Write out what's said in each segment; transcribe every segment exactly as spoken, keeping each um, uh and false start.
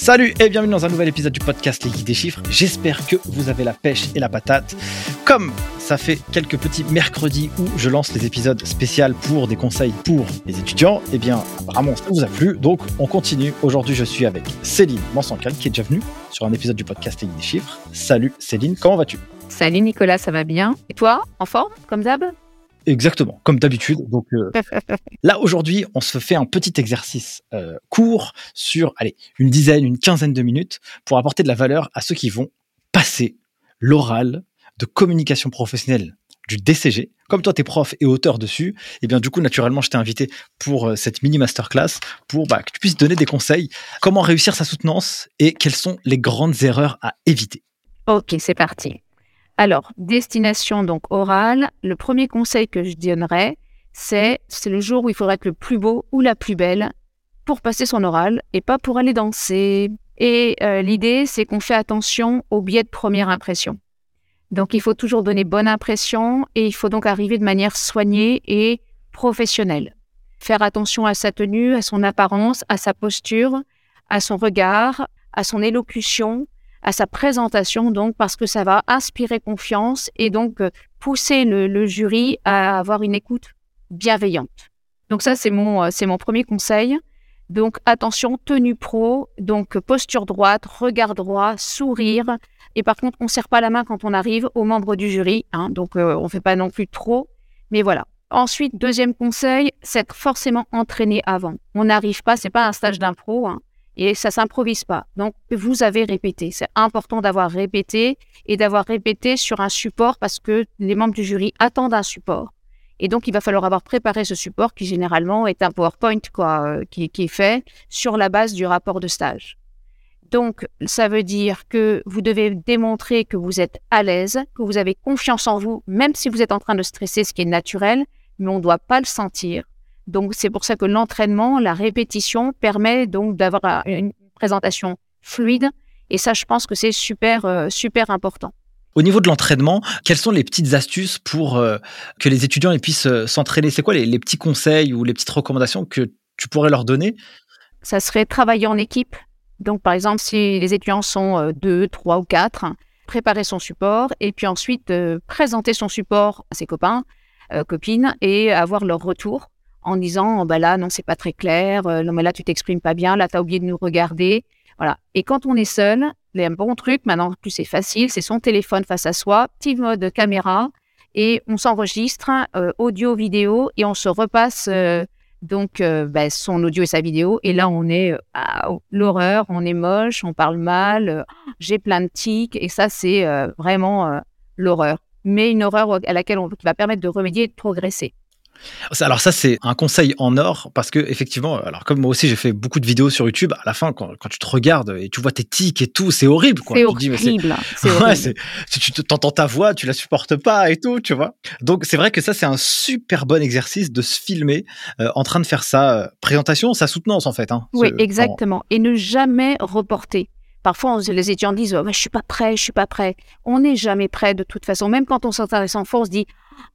Salut et bienvenue dans un nouvel épisode du podcast Les Geeks des Chiffres. J'espère que vous avez la pêche et la patate. Comme ça fait quelques petits mercredis où je lance les épisodes spéciaux pour des conseils pour les étudiants, eh bien vraiment ça vous a plu, donc on continue. Aujourd'hui je suis avec Céline Mansancal qui est déjà venue sur un épisode du podcast Les Geeks des Chiffres. Salut Céline, comment vas-tu ? Salut Nicolas, ça va bien. Et toi, en forme, comme d'hab ? Exactement, comme d'habitude. Donc euh, là, aujourd'hui, on se fait un petit exercice euh, court sur allez, une dizaine, une quinzaine de minutes pour apporter de la valeur à ceux qui vont passer l'oral de communication professionnelle du D C G. Comme toi, tu es prof et auteur dessus, et bien du coup, naturellement, je t'ai invité pour euh, cette mini masterclass pour bah, que tu puisses donner des conseils, comment réussir sa soutenance et quelles sont les grandes erreurs à éviter. Ok, c'est parti. Alors, destination donc orale, le premier conseil que je donnerais, c'est, c'est le jour où il faudrait être le plus beau ou la plus belle pour passer son oral et pas pour aller danser. Et euh, l'idée, c'est qu'on fait attention au biais de première impression. Donc, il faut toujours donner bonne impression et il faut donc arriver de manière soignée et professionnelle. Faire attention à sa tenue, à son apparence, à sa posture, à son regard, à son élocution, à sa présentation, donc, parce que ça va inspirer confiance et donc euh, pousser le, le jury à avoir une écoute bienveillante. Donc ça, c'est mon, euh, c'est mon premier conseil. Donc attention, tenue pro, donc posture droite, regard droit, sourire. Et par contre, on ne serre pas la main quand on arrive aux membres du jury, hein, donc euh, on ne fait pas non plus trop, mais voilà. Ensuite, deuxième conseil, c'est être forcément entraîné avant. On n'arrive pas, c'est pas un stage d'impro, hein, et ça ne s'improvise pas. Donc, vous avez répété. C'est important d'avoir répété et d'avoir répété sur un support parce que les membres du jury attendent un support. Et donc, il va falloir avoir préparé ce support qui, généralement, est un PowerPoint quoi, euh, qui, qui est fait sur la base du rapport de stage. Donc, ça veut dire que vous devez démontrer que vous êtes à l'aise, que vous avez confiance en vous, même si vous êtes en train de stresser, ce qui est naturel, mais on ne doit pas le sentir. Donc, c'est pour ça que l'entraînement, la répétition permet donc d'avoir une présentation fluide. Et ça, je pense que c'est super, euh, super important. Au niveau de l'entraînement, quelles sont les petites astuces pour euh, que les étudiants ils puissent euh, s'entraîner ? C'est quoi les, les petits conseils ou les petites recommandations que tu pourrais leur donner ? Ça serait travailler en équipe. Donc, par exemple, si les étudiants sont euh, deux, trois ou quatre, préparer son support et puis ensuite euh, présenter son support à ses copains, euh, copines et avoir leur retour. En disant, bah là, non, c'est pas très clair, euh, non, mais là, tu t'exprimes pas bien, là, tu as oublié de nous regarder. Voilà. Et quand on est seul, les bons trucs, maintenant, plus c'est facile, c'est son téléphone face à soi, petit mode caméra, et on s'enregistre, euh, audio, vidéo, et on se repasse euh, donc euh, bah, son audio et sa vidéo. Et là, on est euh, à l'horreur, on est moche, on parle mal, euh, j'ai plein de tics, et ça, c'est euh, vraiment euh, l'horreur. Mais une horreur à laquelle on qui va permettre de remédier et de progresser. Alors ça, c'est un conseil en or parce que effectivement, alors comme moi aussi, j'ai fait beaucoup de vidéos sur YouTube. À la fin, quand, quand tu te regardes et tu vois tes tics et tout, c'est horrible, quoi. C'est tu horrible. Dis, mais c'est... c'est horrible. Ouais, c'est... Si tu t'entends ta voix, tu la supportes pas et tout, tu vois. Donc c'est vrai que ça, c'est un super bon exercice de se filmer euh, en train de faire sa euh, présentation, sa soutenance en fait. Hein, oui, ce... exactement. Et ne jamais reporter. Parfois, on, les étudiants disent oh, « je suis pas prêt, je suis pas prêt ». On n'est jamais prêt de toute façon. Même quand on s'intéresse en fond, on se dit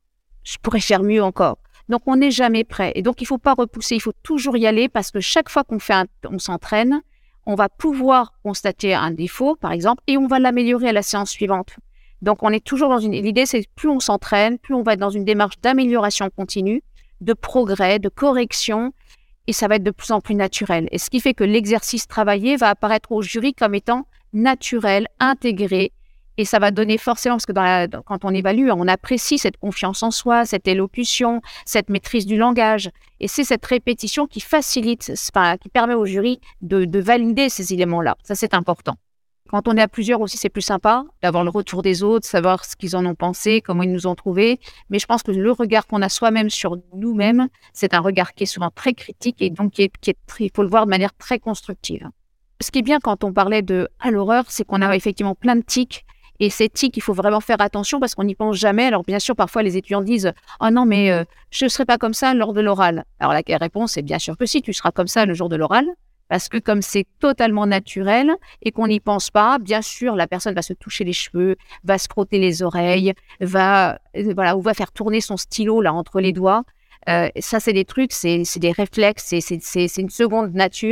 « je pourrais faire mieux encore ». Donc, on n'est jamais prêt. Et donc, il ne faut pas repousser, il faut toujours y aller parce que chaque fois qu'on fait un, on s'entraîne, on va pouvoir constater un défaut, par exemple, et on va l'améliorer à la séance suivante. Donc, on est toujours dans une... L'idée, c'est que plus on s'entraîne, plus on va être dans une démarche d'amélioration continue, de progrès, de correction, et ça va être de plus en plus naturel. Et ce qui fait que l'exercice travaillé va apparaître au jury comme étant naturel, intégré, et ça va donner forcément, parce que dans la, quand on évalue, on apprécie cette confiance en soi, cette élocution, cette maîtrise du langage. Et c'est cette répétition qui facilite, enfin, qui permet au jury de, de valider ces éléments-là. Ça, c'est important. Quand on est à plusieurs aussi, c'est plus sympa d'avoir le retour des autres, savoir ce qu'ils en ont pensé, comment ils nous ont trouvés. Mais je pense que le regard qu'on a soi-même sur nous-mêmes, c'est un regard qui est souvent très critique et donc qui est, qui est très, il faut le voir de manière très constructive. Ce qui est bien quand on parlait de à l'horreur, c'est qu'on a effectivement plein de tics. Et ces tics, il faut vraiment faire attention parce qu'on n'y pense jamais. Alors bien sûr, parfois les étudiants disent « Oh non, mais euh, je ne serai pas comme ça lors de l'oral ». Alors la réponse est bien sûr que si, tu seras comme ça le jour de l'oral. Parce que comme c'est totalement naturel et qu'on n'y pense pas, bien sûr, la personne va se toucher les cheveux, va se frotter les oreilles, va, euh, voilà, ou va faire tourner son stylo là entre les doigts. Euh, ça, c'est des trucs, c'est, c'est des réflexes, c'est, c'est, c'est, c'est une seconde nature.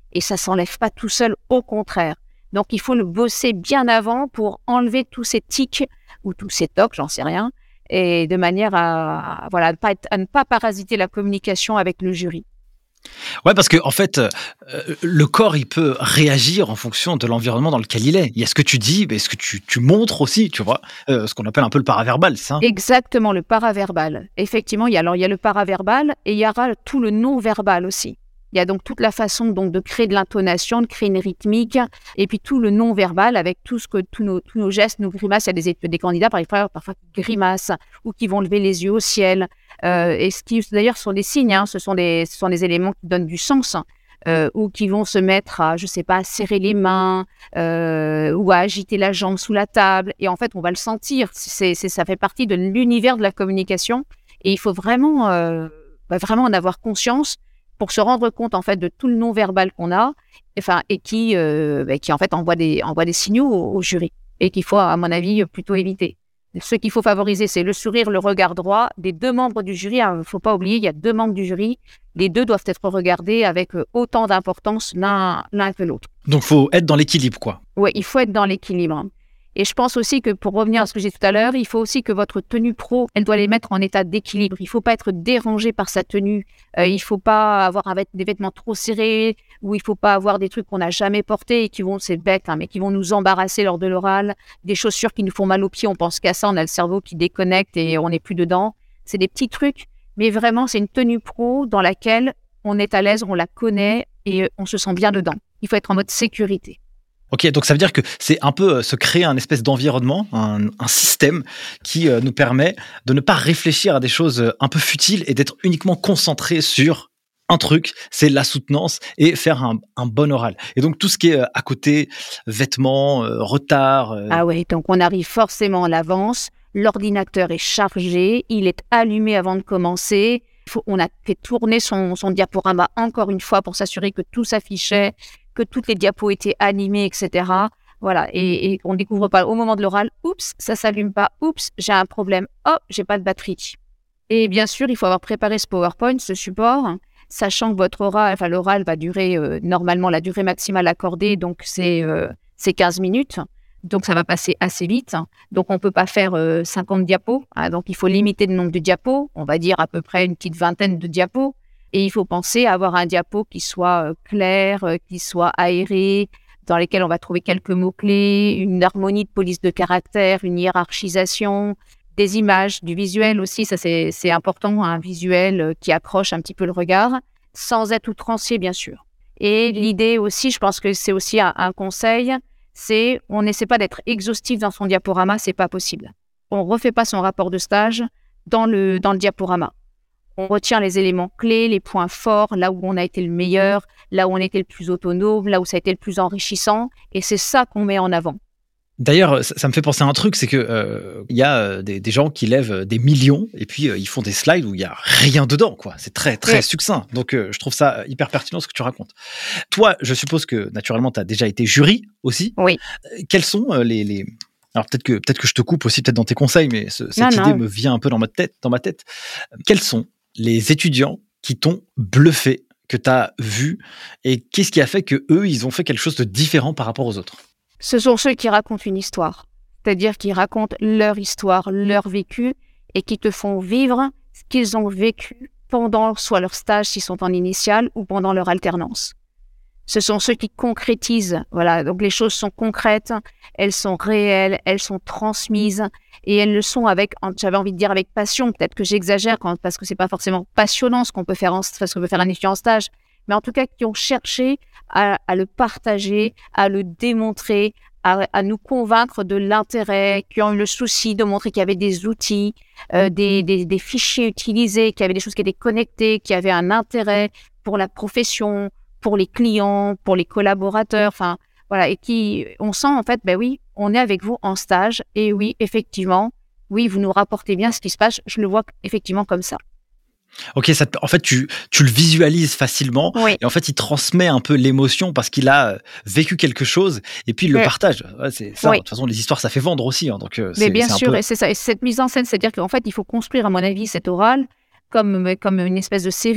Et ça s'enlève pas tout seul, au contraire. Donc, il faut le bosser bien avant pour enlever tous ces tics ou tous ces tocs, j'en sais rien, et de manière à, à, voilà, à, ne pas être, à ne pas parasiter la communication avec le jury. Ouais, parce que en fait, euh, le corps, il peut réagir en fonction de l'environnement dans lequel il est. Il y a ce que tu dis, mais ce que tu, tu montres aussi, tu vois, euh, ce qu'on appelle un peu le paraverbal, c'est ça? Exactement, le paraverbal. Effectivement, il y a, alors, il y a le paraverbal et il y aura tout le non-verbal aussi. Il y a donc toute la façon donc de créer de l'intonation, de créer une rythmique, et puis tout le non-verbal avec tout ce que tous nos, tous nos gestes, nos grimaces. Il y a des, des candidats parfois, parfois qui grimacent ou qui vont lever les yeux au ciel. Euh, et ce qui d'ailleurs sont des signes, hein, ce sont des, ce sont des éléments qui donnent du sens, euh, ou qui vont se mettre à, je sais pas, à serrer les mains euh, ou à agiter la jambe sous la table. Et en fait, on va le sentir. C'est, c'est, ça fait partie de l'univers de la communication, et il faut vraiment, euh, bah, vraiment en avoir conscience, pour se rendre compte en fait de tout le non-verbal qu'on a, enfin, et qui, euh, bah, qui en fait envoie des, envoie des signaux au, au jury, et qu'il faut, à mon avis, plutôt éviter. Ce qu'il faut favoriser, c'est le sourire, le regard droit des deux membres du jury. Il ne faut pas oublier, il y a deux membres du jury. Les deux doivent être regardés avec autant d'importance l'un, l'un que l'autre. Donc, il faut être dans l'équilibre, quoi. Oui, il faut être dans l'équilibre. Et je pense aussi que, pour revenir à ce que j'ai dit tout à l'heure, il faut aussi que votre tenue pro, elle doit les mettre en état d'équilibre. Il ne faut pas être dérangé par sa tenue. Euh, il ne faut pas avoir des vêtements trop serrés, ou il ne faut pas avoir des trucs qu'on n'a jamais portés et qui vont, c'est bête, hein, mais qui vont nous embarrasser lors de l'oral. Des chaussures qui nous font mal aux pieds, on pense qu'à ça, on a le cerveau qui déconnecte et on n'est plus dedans. C'est des petits trucs, mais vraiment, c'est une tenue pro dans laquelle on est à l'aise, on la connaît et on se sent bien dedans. Il faut être en mode sécurité. Ok, donc ça veut dire que c'est un peu euh, se créer un espèce d'environnement, un, un système qui euh, nous permet de ne pas réfléchir à des choses euh, un peu futiles et d'être uniquement concentré sur un truc, c'est la soutenance et faire un, un bon oral. Et donc tout ce qui est euh, à côté, vêtements, euh, retard... Euh... Ah ouais, donc on arrive forcément à l'avance, l'ordinateur est chargé, il est allumé avant de commencer, faut, on a fait tourner son, son diaporama encore une fois pour s'assurer que tout s'affichait, que toutes les diapos étaient animées, et cetera. Voilà, et, et on ne découvre pas au moment de l'oral, oups, ça ne s'allume pas, oups, j'ai un problème, oh, j'ai pas de batterie. Et bien sûr, il faut avoir préparé ce PowerPoint, ce support, sachant que votre oral, enfin l'oral va durer, euh, normalement, la durée maximale accordée, donc c'est, euh, c'est quinze minutes, donc ça va passer assez vite. Donc on ne peut pas faire euh, cinquante diapos, hein, donc il faut limiter le nombre de diapos, on va dire à peu près une petite vingtaine de diapos. Et il faut penser à avoir un diapo qui soit euh, clair, euh, qui soit aéré, dans lesquels on va trouver quelques mots-clés, une harmonie de police de caractère, une hiérarchisation, des images, du visuel aussi, ça c'est, c'est important, un visuel euh, qui accroche un petit peu le regard, sans être outrancier bien sûr. Et l'idée aussi, je pense que c'est aussi un, un conseil, c'est on n'essaie pas d'être exhaustif dans son diaporama, c'est pas possible. On ne refait pas son rapport de stage dans le, dans le diaporama. On retient les éléments clés, les points forts, là où on a été le meilleur, là où on a été le plus autonome, là où ça a été le plus enrichissant. Et c'est ça qu'on met en avant. D'ailleurs, ça, ça me fait penser à un truc, c'est que euh, y a euh, des, des gens qui lèvent des millions et puis euh, ils font des slides où il y a rien dedans, quoi. C'est très très ouais. succinct. Donc euh, je trouve ça hyper pertinent ce que tu racontes. Toi, je suppose que naturellement, tu as déjà été jury aussi. Oui. Euh, quels sont euh, les, les... Alors peut-être que peut-être que je te coupe aussi peut-être dans tes conseils, mais ce, cette non, idée non. me vient un peu dans ma tête. Dans ma tête. Quels sont les étudiants qui t'ont bluffé, que tu as vu, et qu'est-ce qui a fait que eux, ils ont fait quelque chose de différent par rapport aux autres? Ce sont ceux qui racontent une histoire, c'est-à-dire qui racontent leur histoire, leur vécu, et qui te font vivre ce qu'ils ont vécu pendant soit leur stage s'ils sont en initiale ou pendant leur alternance. Ce sont ceux qui concrétisent, voilà, donc les choses sont concrètes, elles sont réelles, elles sont transmises et elles le sont avec, j'avais envie de dire avec passion, peut-être que j'exagère quand, parce que c'est pas forcément passionnant ce qu'on peut faire en, ce qu'on peut faire un étudiant en stage, mais en tout cas qui ont cherché à, à le partager, à le démontrer, à, à nous convaincre de l'intérêt, qui ont eu le souci de montrer qu'il y avait des outils, euh, des, des, des fichiers utilisés, qu'il y avait des choses qui étaient connectées, qui avaient un intérêt pour la profession, pour les clients, pour les collaborateurs, enfin voilà, et qui, on sent en fait, ben oui, on est avec vous en stage, et oui, effectivement, oui, vous nous rapportez bien ce qui se passe, je le vois effectivement comme ça. Ok, ça te, en fait, tu, tu le visualises facilement, oui. Et en fait, il transmet un peu l'émotion parce qu'il a vécu quelque chose, et puis il le oui. partage. Ouais, c'est ça. Oui. De toute façon, les histoires, ça fait vendre aussi, hein, donc. Mais c'est, bien c'est sûr, un peu... et c'est ça. Et cette mise en scène, c'est-à-dire qu'en fait, il faut construire, à mon avis, cet oral comme comme une espèce de série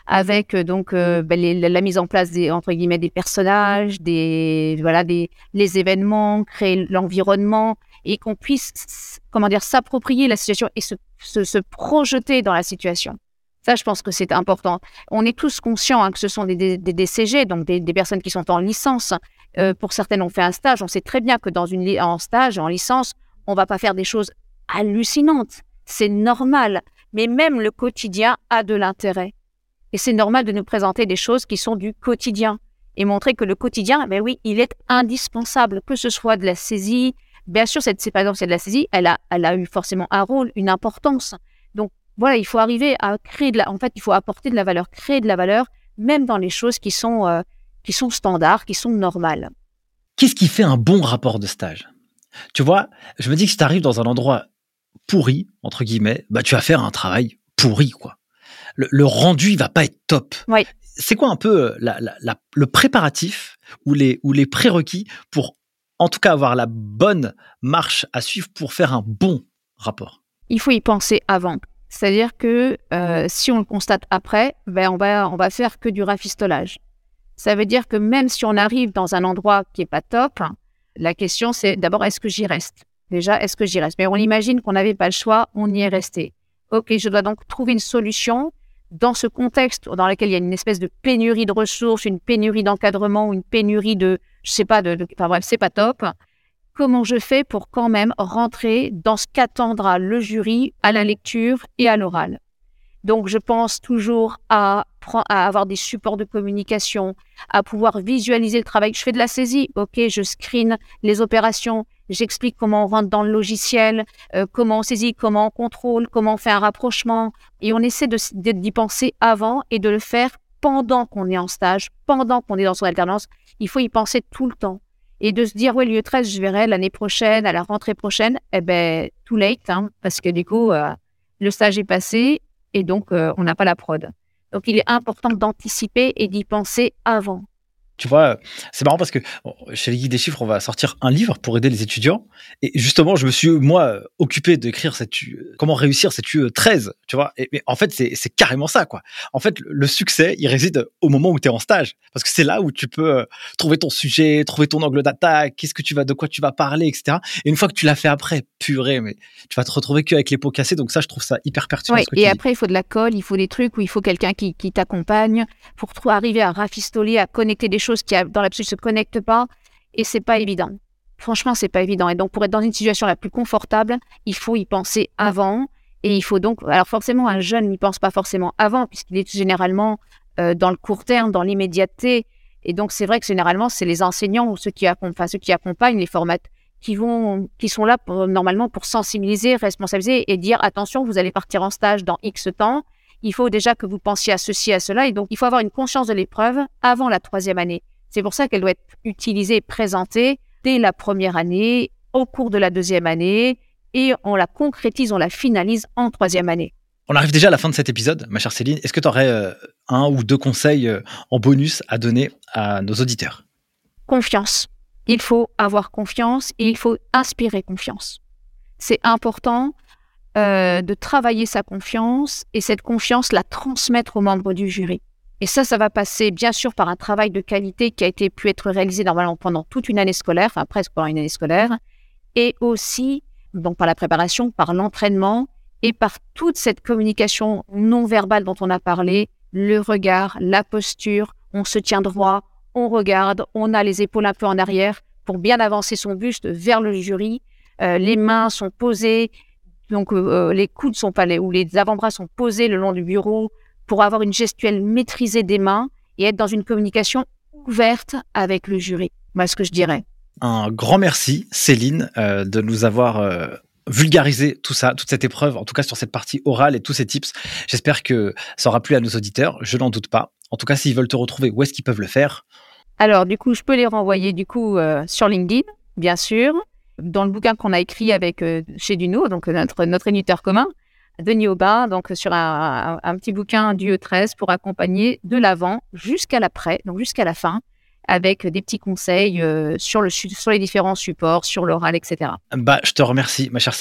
avec euh, donc euh, ben, les, la mise en place des entre guillemets des personnages, des voilà des les événements, créer l'environnement et qu'on puisse comment dire s'approprier la situation et se, se, se projeter dans la situation. Ça, je pense que c'est important. On est tous conscients hein, que ce sont des, des, des D C G, donc des, des personnes qui sont en licence. Euh, pour certaines, on fait un stage. On sait très bien que dans une li- en stage, en licence, on va pas faire des choses hallucinantes. C'est normal. Mais même le quotidien a de l'intérêt. Et c'est normal de nous présenter des choses qui sont du quotidien et montrer que le quotidien, ben oui, il est indispensable, que ce soit de la saisie. Bien sûr, cette, par exemple, c'est de la saisie, elle a, elle a eu forcément un rôle, une importance. Donc, voilà, il faut arriver à créer de la... En fait, il faut apporter de la valeur, créer de la valeur, même dans les choses qui sont, euh, qui sont standards, qui sont normales. Qu'est-ce qui fait un bon rapport de stage ? Tu vois, je me dis que si tu arrives dans un endroit pourri, entre guillemets, bah, tu vas faire un travail pourri, quoi. Le, le rendu, il va pas être top. Oui. C'est quoi un peu la, la, la, le préparatif ou les, ou les prérequis pour, en tout cas, avoir la bonne marche à suivre pour faire un bon rapport ? Il faut y penser avant. C'est-à-dire que euh, si on le constate après, ben on va, on va faire que du rafistolage. Ça veut dire que même si on arrive dans un endroit qui est pas top, la question c'est d'abord est-ce que j'y reste ? Déjà, est-ce que j'y reste ? Mais on imagine qu'on n'avait pas le choix, on y est resté. Ok, je dois donc trouver une solution dans ce contexte dans lequel il y a une espèce de pénurie de ressources, une pénurie d'encadrement ou une pénurie de, je sais pas, de, de enfin bref, c'est pas top. Comment je fais pour quand même rentrer dans ce qu'attendra le jury à la lecture et à l'oral ? Donc, je pense toujours à, à avoir des supports de communication, à pouvoir visualiser le travail. Je fais de la saisie, ok, je screen les opérations, j'explique comment on rentre dans le logiciel, euh, comment on saisit, comment on contrôle, comment on fait un rapprochement. Et on essaie de, de, d'y penser avant et de le faire pendant qu'on est en stage, pendant qu'on est dans son alternance. Il faut y penser tout le temps. Et de se dire, oui, lieu treize, je verrai l'année prochaine, à la rentrée prochaine, eh ben, too late, hein, parce que du coup, euh, le stage est passé et donc, euh, on n'a pas la prod. Donc, il est important d'anticiper et d'y penser avant. Tu vois, c'est marrant parce que bon, chez les Guides des Chiffres, on va sortir un livre pour aider les étudiants. Et justement, je me suis, moi, occupé d'écrire cette, comment réussir cette U E treize, tu vois. Et, et en fait, c'est, c'est carrément ça, quoi. En fait, le succès, il réside au moment où tu es en stage. Parce que c'est là où tu peux euh, trouver ton sujet, trouver ton angle d'attaque, qu'est-ce que tu vas, de quoi tu vas parler, et cetera. Et une fois que tu l'as fait après, purée, mais tu vas te retrouver qu'avec les pots cassés. Donc ça, je trouve ça hyper pertinent. Ouais, ce que et tu après, dis. il faut de la colle, il faut des trucs où il faut quelqu'un qui, qui t'accompagne pour t- arriver à rafistoler, à connecter des choses qui, dans l'absolu, ne se connectent pas. Et c'est pas évident. Franchement, c'est pas évident. Et donc, pour être dans une situation la plus confortable, il faut y penser avant. Et il faut donc... Alors, forcément, un jeune n'y pense pas forcément avant, puisqu'il est généralement euh, dans le court terme, dans l'immédiateté. Et donc, c'est vrai que généralement, c'est les enseignants ou ceux qui, accom- enfin, ceux qui accompagnent les formateurs qui vont, qui sont là pour, normalement pour sensibiliser, responsabiliser et dire attention, vous allez partir en stage dans X temps. Il faut déjà que vous pensiez à ceci, à cela. Et donc, il faut avoir une conscience de l'épreuve avant la troisième année. C'est pour ça qu'elle doit être utilisée et présentée dès la première année, au cours de la deuxième année, et on la concrétise, on la finalise en troisième année. On arrive déjà à la fin de cet épisode, ma chère Céline. Est-ce que tu aurais euh, un ou deux conseils euh, en bonus à donner à nos auditeurs ? Confiance. Il faut avoir confiance et il faut inspirer confiance. C'est important euh, de travailler sa confiance et cette confiance la transmettre aux membres du jury. Et ça, ça va passer bien sûr par un travail de qualité qui a été pu être réalisé normalement pendant toute une année scolaire, enfin presque pendant une année scolaire, et aussi donc par la préparation, par l'entraînement et par toute cette communication non verbale dont on a parlé, le regard, la posture, on se tient droit, on regarde, on a les épaules un peu en arrière pour bien avancer son buste vers le jury. Euh, les mains sont posées, donc euh, les coudes sont pas les, ou les avant-bras sont posés le long du bureau pour avoir une gestuelle maîtrisée des mains et être dans une communication ouverte avec le jury. Moi, ce que je dirais. Un grand merci, Céline, euh, de nous avoir euh, vulgarisé tout ça, toute cette épreuve, en tout cas sur cette partie orale et tous ces tips. J'espère que ça aura plu à nos auditeurs, je n'en doute pas. En tout cas, s'ils veulent te retrouver, où est-ce qu'ils peuvent le faire ? Alors, du coup, je peux les renvoyer du coup euh, sur LinkedIn, bien sûr, dans le bouquin qu'on a écrit avec euh, chez Duno, donc notre, notre éditeur commun, Denis Aubin, donc sur un, un, un petit bouquin du E treize pour accompagner de l'avant jusqu'à l'après, donc jusqu'à la fin, avec des petits conseils euh, sur, le, sur les différents supports, sur l'oral, et cetera. Bah, je te remercie, ma chère Céline.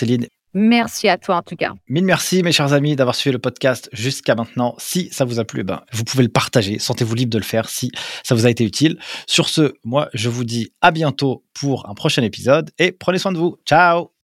Merci à toi en tout cas. Mille merci mes chers amis d'avoir suivi le podcast jusqu'à maintenant. Si ça vous a plu, ben, vous pouvez le partager. Sentez-vous libre de le faire si ça vous a été utile. Sur ce, moi je vous dis à bientôt pour un prochain épisode et prenez soin de vous. Ciao!